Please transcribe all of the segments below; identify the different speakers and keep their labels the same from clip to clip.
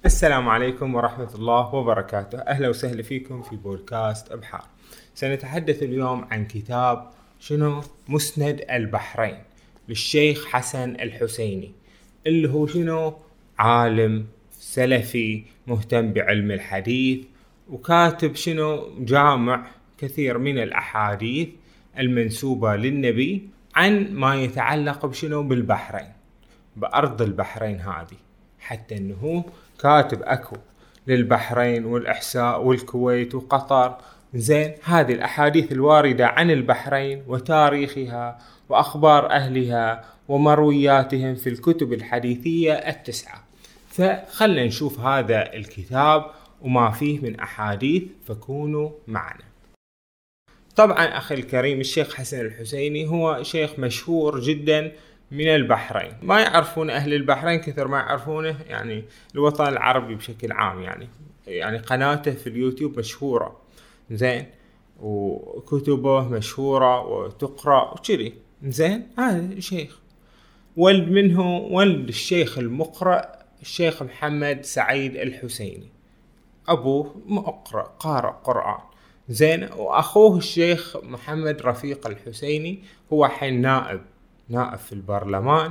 Speaker 1: السلام عليكم ورحمة الله وبركاته. أهلا وسهلا فيكم في بودكاست أبحار. سنتحدث اليوم عن كتاب مسند البحرين للشيخ حسن الحسيني، اللي هو عالم سلفي مهتم بعلم الحديث، وكاتب جامع كثير من الأحاديث المنسوبة للنبي عن ما يتعلق بالبحرين، بأرض البحرين هذه، حتى أنه كاتب أكو للبحرين والإحساء والكويت وقطر. هذه الأحاديث الواردة عن البحرين وتاريخها وأخبار أهلها ومروياتهم في الكتب الحديثية 9. فخلنا نشوف هذا الكتاب وما فيه من أحاديث، فكونوا معنا. طبعا أخي الكريم، الشيخ حسن الحسيني هو شيخ مشهور جدا من البحرين. ما يعرفون أهل البحرين كثر ما يعرفونه يعني الوطن العربي بشكل عام. يعني قناته في اليوتيوب مشهورة وكتبه مشهورة وتقرأ وكذي. هذا شيخ ولد الشيخ المقرأ الشيخ محمد سعيد الحسيني، أبوه قارئ قرآن. وأخوه الشيخ محمد رفيق الحسيني هو حين نائب في البرلمان.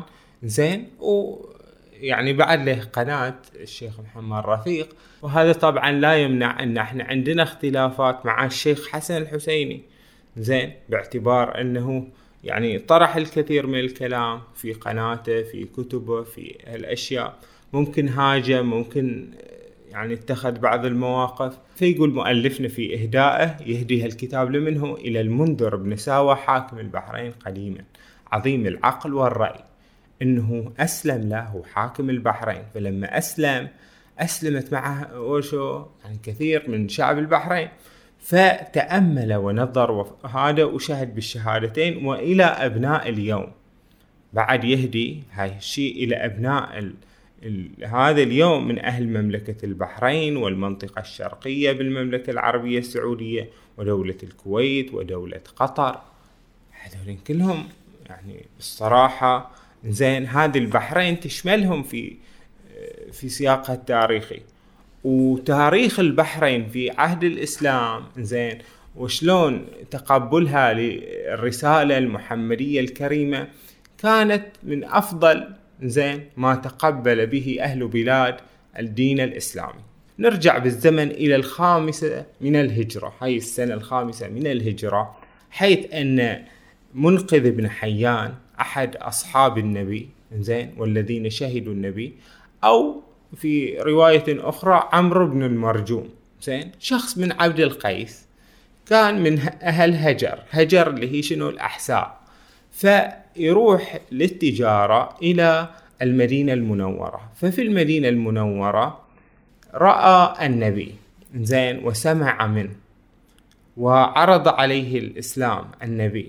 Speaker 1: ويعني بعد له قناة الشيخ محمد رفيق، وهذا طبعا لا يمنع ان احنا عندنا اختلافات مع الشيخ حسن الحسيني، باعتبار انه يعني طرح الكثير من الكلام في قناته، في كتبه، في الاشياء، ممكن هاجم، ممكن يعني اتخذ بعض المواقف. فيقول مؤلفنا في إهدائه: يهدي الكتاب لمنه إلى المنذر بن ساوة حاكم البحرين قديما، عظيم العقل والرأي، إنه أسلم له حاكم البحرين. فلما أسلمت معه يعني كثير من شعب البحرين، فتأمل ونظر هذا وشهد بالشهادتين. وإلى أبناء اليوم بعد يهدي هاي الشيء إلى أبناء هذا اليوم من أهل مملكة البحرين والمنطقة الشرقية بالمملكة العربية السعودية ودولة الكويت ودولة قطر. هذول كلهم يعني الصراحة هذه البحرين تشملهم في سياقها التاريخي، وتاريخ البحرين في عهد الإسلام وشلون تقبلها للرسالة المحمدية الكريمة كانت من أفضل ما تقبل به أهل بلاد الدين الإسلامي. نرجع بالزمن إلى 5 من الهجرة، هاي السنة 5 من الهجرة، حيث أن منقذ بن حيان أحد أصحاب النبي والذين شهدوا النبي، أو في رواية أخرى عمرو بن المرجوم، شخص من عبد القيس، كان من أهل هجر اللي هي الأحساء، فيروح للتجارة إلى المدينة المنورة. ففي المدينة المنورة رأى النبي وسمع منه وعرض عليه الإسلام النبي،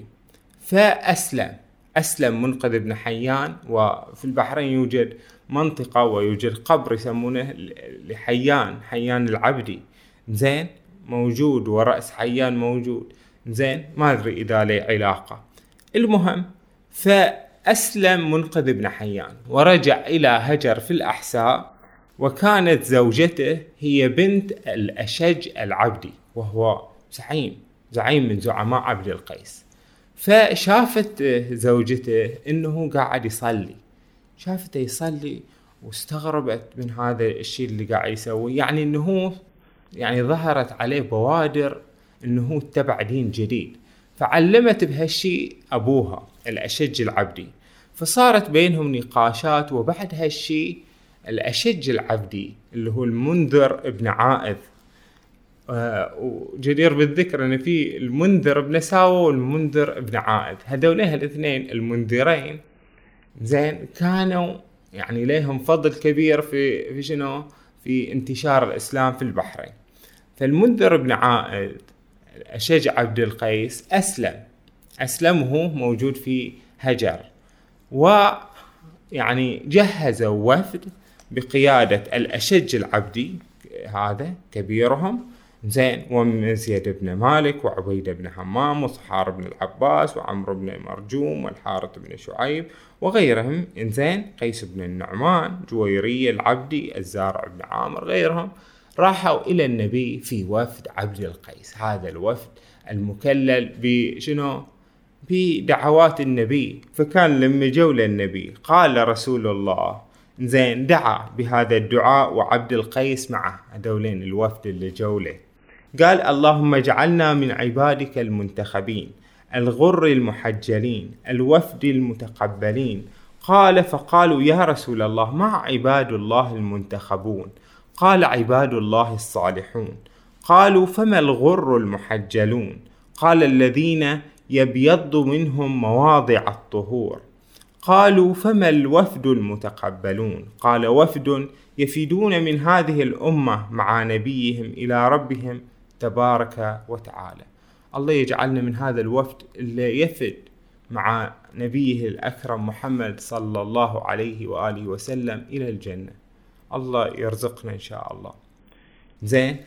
Speaker 1: فأسلم منقذ بن حيان. وفي البحرين يوجد منطقة ويوجد قبر يسمونه حيان العبدي موجود، ورأس حيان موجود. ما أدري إذا له علاقة. المهم، فأسلم منقذ بن حيان ورجع إلى هجر في الأحساء، وكانت زوجته هي بنت الأشج العبدي، وهو زعيم من زعماء عبد القيس. فشافت زوجته إنه قاعد يصلي، شافته يصلي واستغربت من هذا الشيء اللي قاعد يسوي، يعني إنه يعني ظهرت عليه بوادر إنه اتبع دين جديد. فعلمت بهالشيء أبوها الأشج العبدي، فصارت بينهم نقاشات. وبعد هالشيء الأشج العبدي اللي هو المنذر ابن عائذ، وجدير بالذكر أن في المنذر ابن ساوة والمنذر ابن عائذ، هذولين الاثنين المنذرين كانوا يعني لهم فضل كبير في انتشار الإسلام في البحرين. فالمنذر ابن عائذ الأشج عبد القيس أسلم وهو موجود في هجر، ويعني جهزوا وفد بقيادة الأشج العبدي، هذا كبيرهم، زين، ومزيد بن مالك وعبيد بن همام وصحار بن العباس وعمرو بن مرجوم والحارث بن شعيب وغيرهم. زين، قيس بن النعمان، جويرية العبدي، الزارع بن عامر، غيرهم راحوا إلى النبي في وفد عبد القيس. هذا الوفد المكلل بشنو؟ بدعوات النبي. فكان لما جو للنبي قال رسول الله، زين، دعا بهذا الدعاء وعبد القيس معه، هذولين الوفد اللي جوله، قال اللهم اجعلنا من عبادك المنتخبين الغر المحجلين الوفد المتقبلين. قال فقالوا يا رسول الله ما عباد الله المنتخبون؟ قال عباد الله الصالحون. قالوا فما الغر المحجلون؟ قال الذين يبيض منهم مواضع الطهور. قالوا فما الوفد المتقبلون؟ قال وفد يفدون من هذه الأمة مع نبيهم إلى ربهم تبارك وتعالى. الله يجعلنا من هذا الوفد اللي يفد مع نبيه الأكرم محمد صلى الله عليه وآله وسلم إلى الجنة. الله يرزقنا إن شاء الله. زين،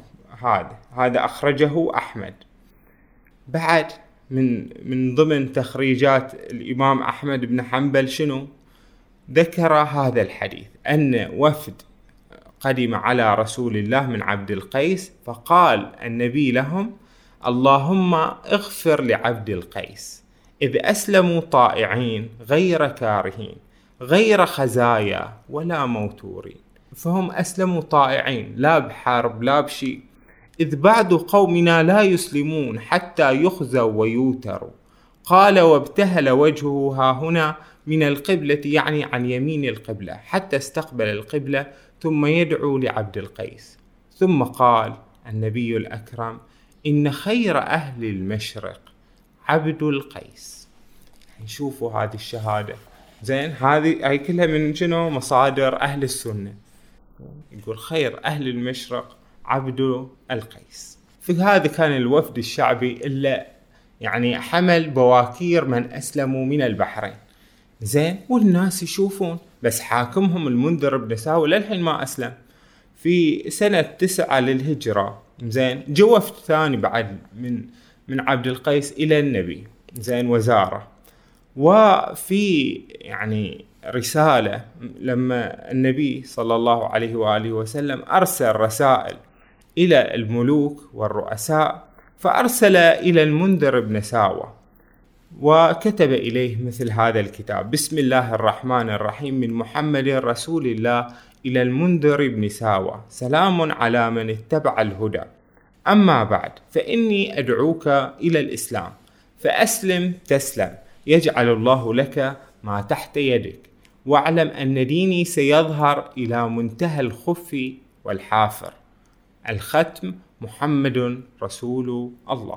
Speaker 1: هذا أخرجه أحمد. بعد من ضمن تخريجات الإمام أحمد بن حنبل شنو؟ ذكر هذا الحديث أن وفد قدم على رسول الله من عبد القيس، فقال النبي لهم اللهم اغفر لعبد القيس إذ أسلموا طائعين غير كارهين غير خزايا ولا موتورين. فهم أسلموا طائعين، لا بحرب لا بشيء، إذ بعض قومنا لا يسلمون حتى يخزوا ويوتروا. قال وابتهل وجهه ها هنا من القبلة، يعني عن يمين القبلة، حتى استقبل القبلة ثم يدعو لعبد القيس. ثم قال النبي الأكرم إن خير أهل المشرق عبد القيس. نشوفوا هذه الشهادة. زين، هذه كلها من شنو؟ مصادر أهل السنة. يقول خير أهل المشرق عبد القيس. فهذا كان الوفد الشعبي اللي يعني حمل بواكير من أسلموا من البحرين. زين، والناس يشوفون، بس حاكمهم المنذر بن ساوى للحين ما أسلم. في سنة 9 للهجرة، زين، جو وفد ثاني بعد من عبد القيس إلى النبي، زين، وزاره. وفي يعني رسالة لما النبي صلى الله عليه وآله وسلم أرسل رسائل إلى الملوك والرؤساء، فأرسل إلى المنذر بن ساوى وكتب إليه مثل هذا الكتاب: بسم الله الرحمن الرحيم، من محمد رسول الله إلى المنذر بن ساوى، سلام على من اتبع الهدى. أما بعد، فإني أدعوك إلى الإسلام، فأسلم تسلم، يجعل الله لك ما تحت يدك، واعلم أن ديني سيظهر إلى منتهى الخف والحافر. الختم: محمد رسول الله.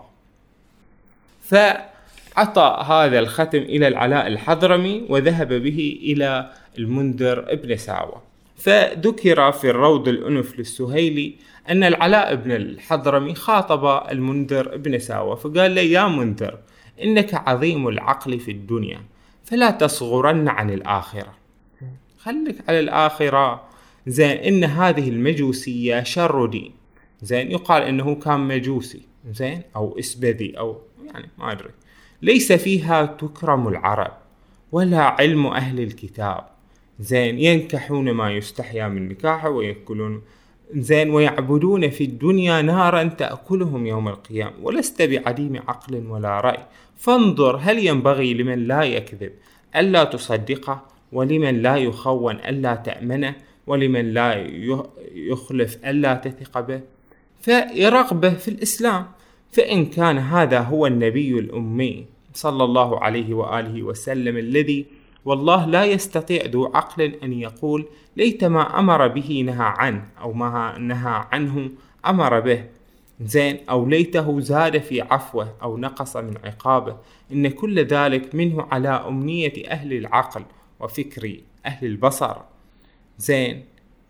Speaker 1: فعطى هذا الختم إلى العلاء الحضرمي وذهب به إلى المنذر بن ساوى. فذكر في الروض الأنف للسهيلي أن العلاء بن الحضرمي خاطب المنذر بن ساوى فقال له: يا منذر، إنك عظيم العقل في الدنيا، فلا تصغرن عن الآخرة، خليك على الآخرة. زين، إن هذه المجوسية شر دين. زين، يقال إنه كان مجوسي، زين، أو إسبذي، أو يعني ما أدري. ليس فيها تكرم العرب ولا علم أهل الكتاب. زين، ينكحون ما يستحيا من نكاحه ويأكلون، زين، ويعبدون في الدنيا نارا تأكلهم يوم القيامة، ولست بعديم عقل ولا رأي. فانظر هل ينبغي لمن لا يكذب ألا تصدقه، ولمن لا يخون ألا تأمنه، ولمن لا يخلف ألا تثق به. فيرغبه في الإسلام. فإن كان هذا هو النبي الأمي صلى الله عليه وآله وسلم الذي والله لا يستطيع ذو عقل أن يقول ليت ما أمر به نهى عنه، أو ما نهى عنه أمر به، زين، أو ليته زاد في عفوه أو نقص من عقابه، إن كل ذلك منه على أمنية أهل العقل وفكر أهل البصر. زين،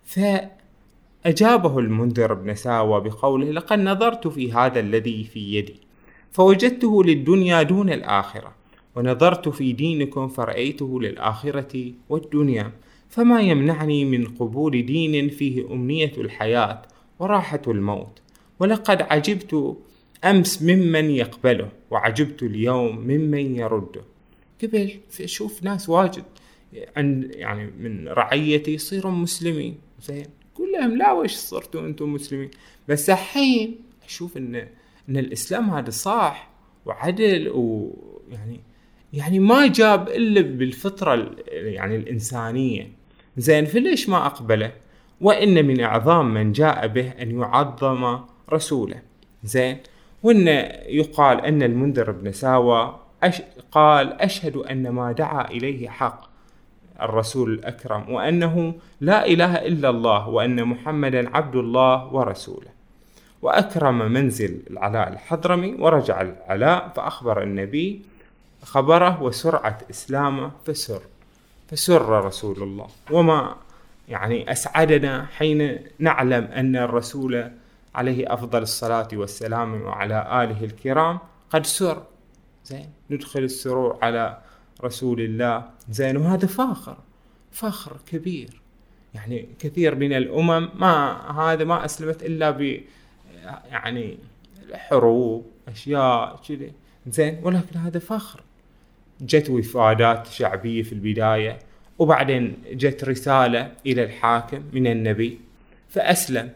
Speaker 1: فأجابه المنذر بن ساوى بقوله: لقد نظرت في هذا الذي في يدي فوجدته للدنيا دون الآخرة، ونظرت في دينكم فرأيته للآخرة والدنيا، فما يمنعني من قبول دين فيه أمنية الحياة وراحة الموت، ولقد عجبت أمس ممن يقبله وعجبت اليوم ممن يرده. قبل شوف ناس واجد عند يعني من رعيتي يصيرون مسلمين، زين كلهم لا وش صرتوا انتم مسلمين، بس الحين اشوف ان الاسلام هذا صح وعدل، ويعني ما جاب الا بالفطرة يعني الانسانية، زين فليش ما اقبله؟ وان من اعظام من جاء به ان يعظم رسوله، زين وان يقال ان المنذر بن ساوى قال أشهد أن ما دعا إليه حق الرسول الأكرم، وأنه لا إله إلا الله، وأن محمدا عبد الله ورسوله. وأكرم منزل العلاء الحضرمي، ورجع العلاء فأخبر النبي خبره وسرعة إسلامه فسر رسول الله. وما يعني أسعدنا حين نعلم أن الرسول عليه أفضل الصلاة والسلام وعلى آله الكرام قد سر، زين ندخل السرور على رسول الله، زين وهذا فخر كبير. يعني كثير من الأمم ما أسلمت إلا ب يعني حروب أشياء كذا، زين ولكن هذا فخر. جت وفادات شعبية في البداية، وبعدين جت رسالة إلى الحاكم من النبي فأسلم،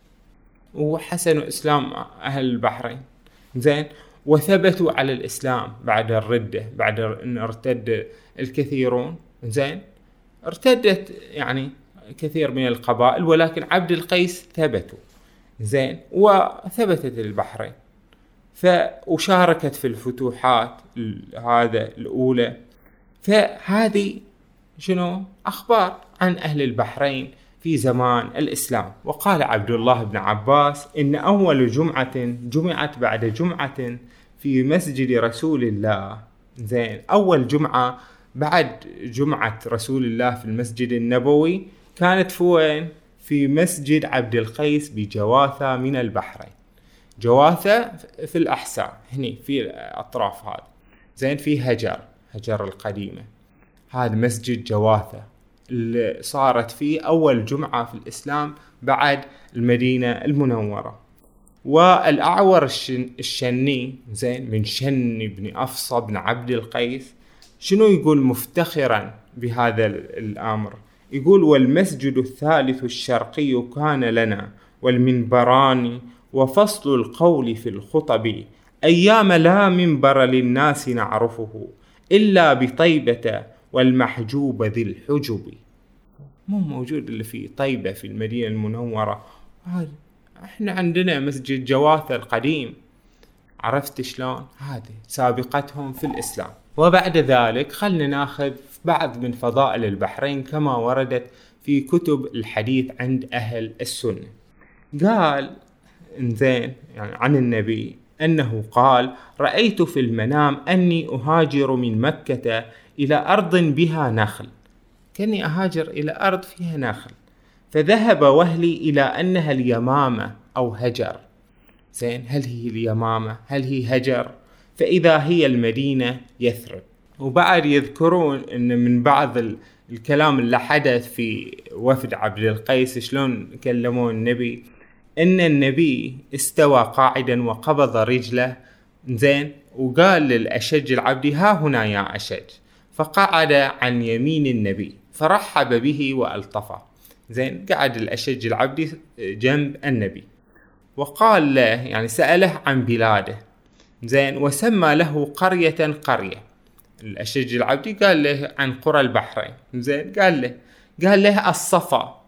Speaker 1: وحسنوا إسلام أهل البحرين، زين وثبتوا على الإسلام بعد الردة، بعد أن ارتد الكثيرون، زين ارتدت يعني كثير من القبائل، ولكن عبد القيس ثبتوا، زين وثبتت البحرين وشاركت في الفتوحات هذا الأولى. فهذه شنو أخبار عن أهل البحرين في زمان الإسلام. وقال عبد الله بن عباس إن أول جمعة جمعت بعد جمعة في مسجد رسول الله، زين أول جمعة بعد جمعة رسول الله في المسجد النبوي كانت فين؟ في مسجد عبد القيس بجواثة من البحرين. جواثة في الأحساء هني في الأطراف هذا، زين في هجر القديمة، هذا مسجد جواثة اللي صارت فيه أول جمعة في الإسلام بعد المدينة المنورة. والأعور الشني، زين من شن بن أفصى بن عبد القيس، شنو يقول مفتخرا بهذا الأمر؟ يقول والمسجد الثالث الشرقي كان لنا والمنبران وفصل القول في الخطب، أيام لا منبر للناس نعرفه إلا بطيبة والمحجوب ذي الحجب. مو موجود اللي في طيبة في المدينة المنورة، احنا عندنا مسجد جواثة القديم. عرفت شلون؟ هذه سابقتهم في الإسلام. وبعد ذلك خلنا ناخذ بعض من فضائل البحرين كما وردت في كتب الحديث عند أهل السنة. قال زين يعني عن النبي أنه قال رأيت في المنام أني أهاجر من مكة إلى أرض بها نخل، كأني أهاجر إلى أرض فيها نخل، فذهب وهلي إلى أنها اليمامة أو هجر. زين هل هي اليمامة؟ هل هي هجر؟ فإذا هي المدينة يثرب. وبعد يذكرون أن من بعض الكلام اللي حدث في وفد عبد القيس شلون كلموا النبي، أن النبي استوى قاعدا وقبض رجله، زين وقال للأشج العبدي ها هنا يا أشج، فقعد عن يمين النبي فرحب به وألطفه، زين قعد الأشج العبدي جنب النبي وقال له يعني سأله عن بلاده، زين وسمى له قرية الأشج العبدي قال له عن قرى البحرين، زين قال له الصفا،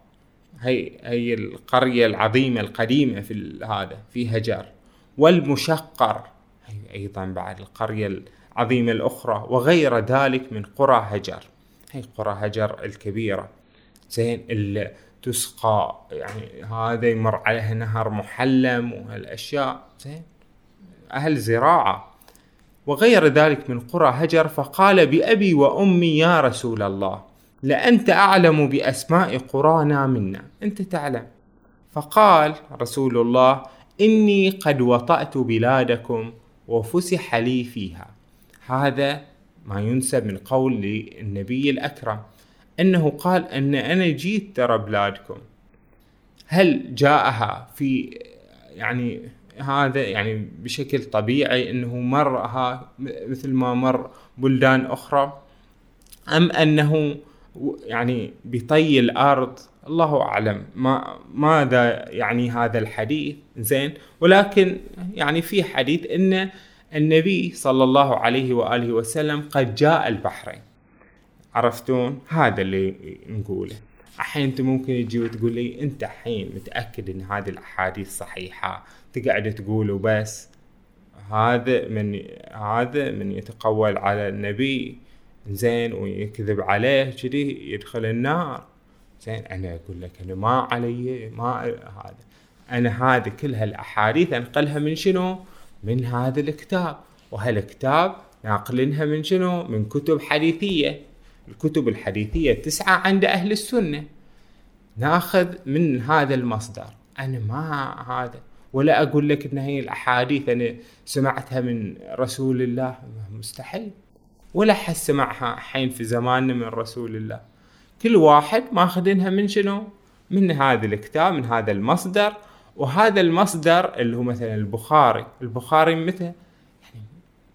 Speaker 1: هي القرية العظيمة القديمة في هذا في هجر، والمشقر هي أيضا بعد القرية العظيمة الأخرى، وغير ذلك من قرى هجر، هي قرى هجر الكبيرة، زين اللي تسقى يعني هذا يمر عليها نهر محلم وهالأشياء، زين أهل زراعة وغير ذلك من قرى هجر. فقال بأبي وأمي يا رسول الله لأنت أعلم بأسماء قرانا منا، أنت تعلم. فقال رسول الله إني قد وطأت بلادكم وفسح لي فيها. هذا ما ينسب من قول للنبي الأكرم أنه قال أن أنا جيت ترى بلادكم. هل جاءها في يعني هذا يعني بشكل طبيعي انه مرها مثل ما مر بلدان اخرى، ام انه يعني بطي الارض، الله اعلم ماذا يعني هذا الحديث. زين، ولكن يعني في حديث ان النبي صلى الله عليه واله وسلم قد جاء البحرين. عرفتون؟ هذا اللي نقوله. الحين انت ممكن تجي وتقول لي انت الحين متاكد ان هذه الاحاديث صحيحه؟ تقعد تقول بس هذا من يتقول على النبي زين ويكذب عليه كذي يدخل النار. زين، انا اقول لك انا ما علي هذا، انا هذه كل هالاحاديث انقلها من شنو؟ من هذا الكتاب، وهالكتاب ناقلينها من شنو؟ من كتب حديثيه. الكتب الحديثيه 9 عند اهل السنه، ناخذ من هذا المصدر. انا ما هذا ولا اقول لك ان هي الاحاديث انا سمعتها من رسول الله، مستحيل، ولا حد سمعها حين في زماننا من رسول الله. كل واحد ماخذينها من شنو؟ من هذا الكتاب، من هذا المصدر. وهذا المصدر اللي هو مثلا البخاري متى يعني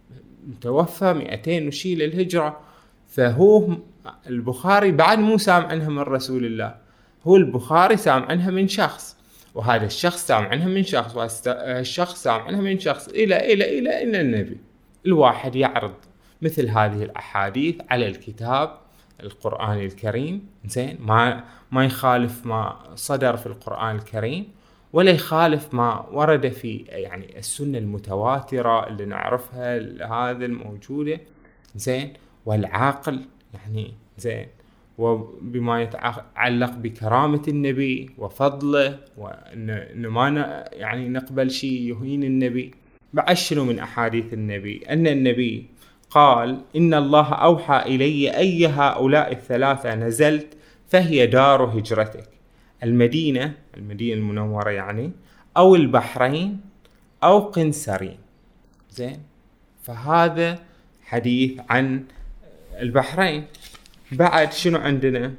Speaker 1: متوفى 200 وشي للهجرة، فهو البخاري بعد مو سامع عنها من رسول الله، هو البخاري سامع عنها من شخص، وهذا الشخص سامع عنها من شخص، والشخص سامع عنها من شخص إلى إن النبي. الواحد يعرض مثل هذه الأحاديث على الكتاب القرآن الكريم، زين، ما يخالف ما صدر في القرآن الكريم، ولا يخالف ما ورد في يعني السنة المتواترة اللي نعرفها هذا الموجودة، زين، والعاقل يعني زين، وبما يتعلق بكرامة النبي وفضله، وإن ما يعني نقبل شيء يهين النبي. بعشر من أحاديث النبي أن النبي قال: إن الله أوحى إلي أي هؤلاء الثلاثة نزلت فهي دار هجرتك، المدينة المنورة يعني، أو البحرين، أو قنسرين. زين، فهذا حديث عن البحرين. بعد شنو عندنا؟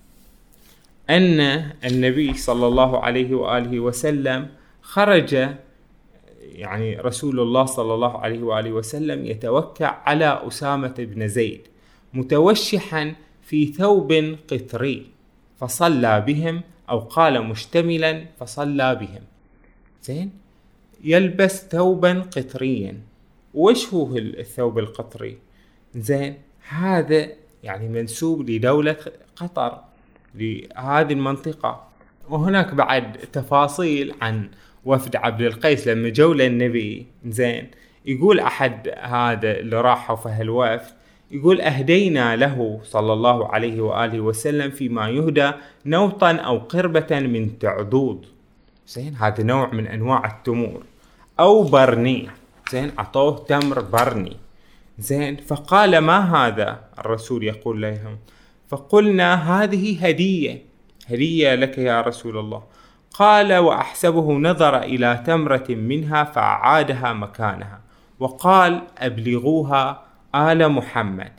Speaker 1: أن النبي صلى الله عليه وآله وسلم خرج، يعني رسول الله صلى الله عليه وآله وسلم يتوكع على أسامة بن زيد متوشحا في ثوب قطري فصلى بهم، أو قال مشتملا فصلى بهم. زين، يلبس ثوبا قطريا. وش هو الثوب القطري؟ زين، هذا يعني منسوب لدولة قطر، لهذه المنطقة. وهناك بعد تفاصيل عن وفد عبد القيس لما جو للنبي. زين، يقول أحد هذا اللي راحوا في هالوفد، يقول: أهدينا له صلى الله عليه وآله وسلم فيما يهدى نوطا أو قربة من تعضوض. زين، هذا نوع من أنواع التمور، أو برني. زين، أعطوه تمر برني. زين، فقال: ما هذا؟ الرسول يقول لهم، فقلنا: هذه هدية لك يا رسول الله. قال: وأحسبه نظر إلى تمرة منها فأعادها مكانها، وقال: أبلغوها آل محمد.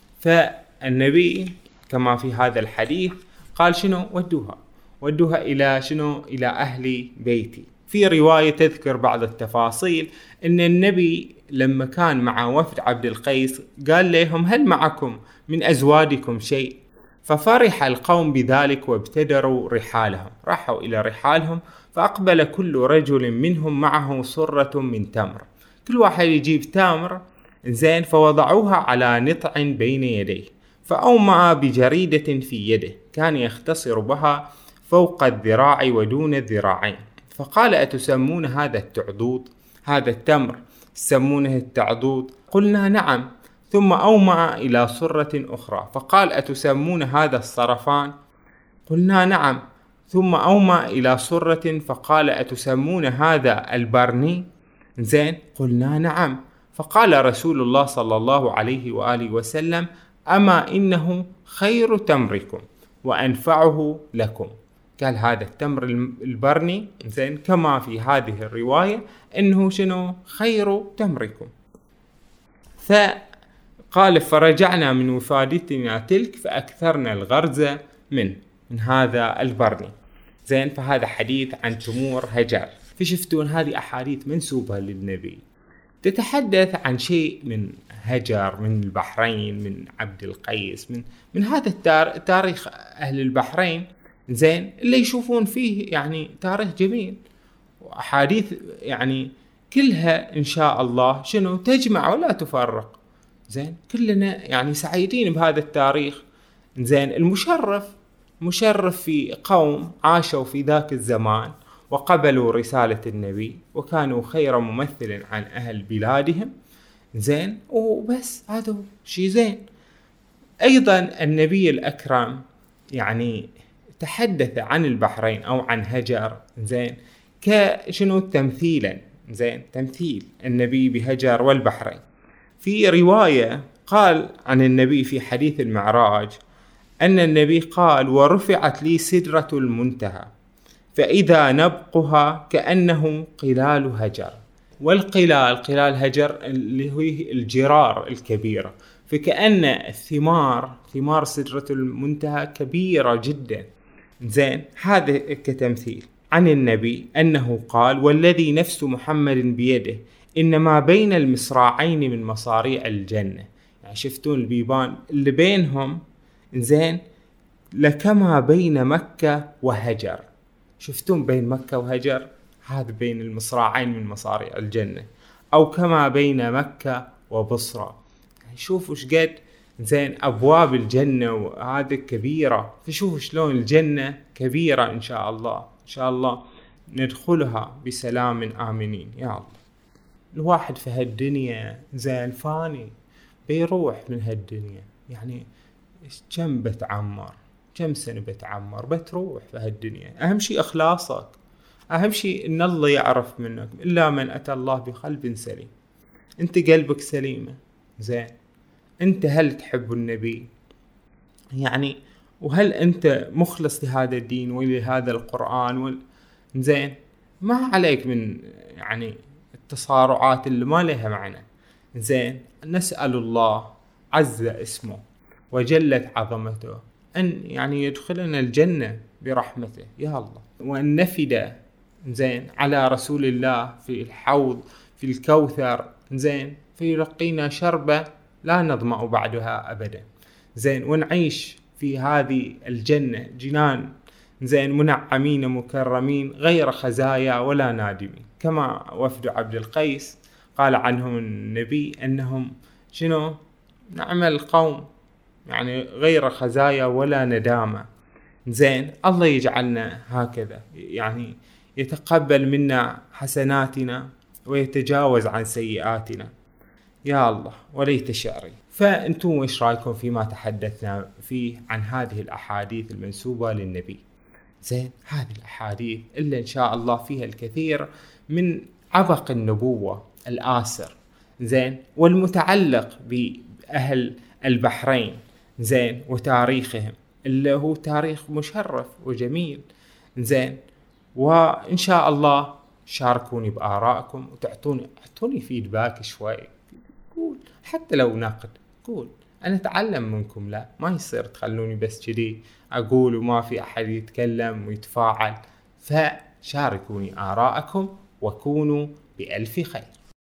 Speaker 1: فالنبي كما في هذا الحديث قال: شنو؟ ودوها إلى شنو؟ إلى أهل بيتي. في رواية تذكر بعض التفاصيل أن النبي لما كان مع وفد عبد القيس قال لهم: هل معكم من أزواجكم شيء؟ ففرح القوم بذلك وابتدروا رحالهم، راحوا إلى رحالهم، فأقبل كل رجل منهم معه صرة من تمر، كل واحد يجيب تمر. زين، فوضعوها على نطع بين يديه، فأومأ بجريدة في يده كان يختصر بها فوق الذراع ودون الذراعين، فقال: أتسمون هذا التعضوض؟ هذا التمر تسمونه التعضوض؟ قلنا: نعم. ثم أومأ إلى صرة أخرى فقال: أتسمون هذا الصرفان؟ قلنا: نعم. ثم أومأ إلى صرة فقال: أتسمون هذا البرني؟ زين، قلنا: نعم. فقال رسول الله صلى الله عليه وآله وسلم: أما إنه خير تمركم وأنفعه لكم. قال: هذا التمر البرني، زين، كما في هذه الرواية إنه شنو؟ خير تمركم. فقال: فرجعنا من وفادتنا تلك فأكثرنا الغرز من هذا البرني. زين. فهذا حديث عن تمور هجر. فشفتون هذه أحاديث منسوبة للنبي تتحدث عن شيء من هجر، من البحرين، من عبد القيس، من هذا تاريخ أهل البحرين، زين، اللي يشوفون فيه يعني تاريخ جميل، وأحاديث يعني كلها إن شاء الله شنو تجمع ولا تفرق. زين، كلنا يعني سعيدين بهذا التاريخ. زين، مشرف في قوم عاشوا في ذاك الزمان وقبلوا رسالة النبي وكانوا خير ممثل عن أهل بلادهم. زين، وبس هذا شيء زين. أيضا النبي الأكرم يعني تحدث عن البحرين أو عن هجر، زين، كشنو تمثيلا، زين، تمثيل النبي بهجر والبحرين. في رواية قال عن النبي في حديث المعراج أن النبي قال: ورفعت لي سدرة المنتهى فإذا نبقها كأنه قلال هجر. قلال هجر اللي هي الجرار الكبيرة، فكأن ثمار سدرة المنتهى كبيرة جدا. زين، هذا كتمثيل عن النبي أنه قال: والذي نفس محمد بيده إن ما بين المصراعين من مصاريع الجنة. يعني شفتون البيبان اللي بينهم، زين، لكما بين مكة وهجر. شفتون بين مكة وهجر، هذا بين المصراعين من مصاريع الجنة، أو كما بين مكة وبصرة. يعني شوفوا شقد، زين، أبواب الجنة وهذه كبيرة. فشوفوا شلون الجنة كبيرة. إن شاء الله ندخلها بسلام آمنين يا الله. الواحد في هالدنيا زين فاني، بيروح من هالدنيا. يعني كم سنة بتعمر، بتروح في هالدنيا. أهم شيء إخلاصك، أهم شيء إن الله يعرف منك. إلا من أتى الله بقلب سليم. أنت قلبك سليمة، زين، أنت هل تحب النبي يعني، وهل أنت مخلص لهذا الدين ولهذا القرآن زين، ما عليك من يعني التصارعات اللي ما لها معنى. زين، نسأل الله عز اسمه وجلت عظمته أن يعني يدخلنا الجنة برحمته يا الله، وأن نفد، زين، على رسول الله في الحوض في الكوثر، زين، فيلقينا شربة لا نظمأ بعدها أبدا. زين، ونعيش في هذه الجنة جنان، زين، منعمين مكرمين غير خزايا ولا نادمين. كما وفد عبد القيس قال عنهم النبي أنهم شنو؟ نعم القوم، يعني غير خزايا ولا ندامة. زين، الله يجعلنا هكذا، يعني يتقبل منا حسناتنا ويتجاوز عن سيئاتنا يا الله، وليت شعري. فأنتم إيش رأيكم فيما تحدثنا فيه عن هذه الأحاديث المنسوبة للنبي؟ زين، هذه الأحاديث اللي إن شاء الله فيها الكثير من عبق النبوة الآسر، زين، والمتعلق بأهل البحرين، زين، وتاريخهم اللي هو تاريخ مشرف وجميل. زين، وإن شاء الله شاركوني بآرائكم اعطوني فيدباك شوي. قول حتى لو نقد، قول أنا أتعلم منكم. لا، ما يصير تخلوني بس كذي أقول وما في أحد يتكلم ويتفاعل. فشاركوني آراءكم وكونوا بألف خير.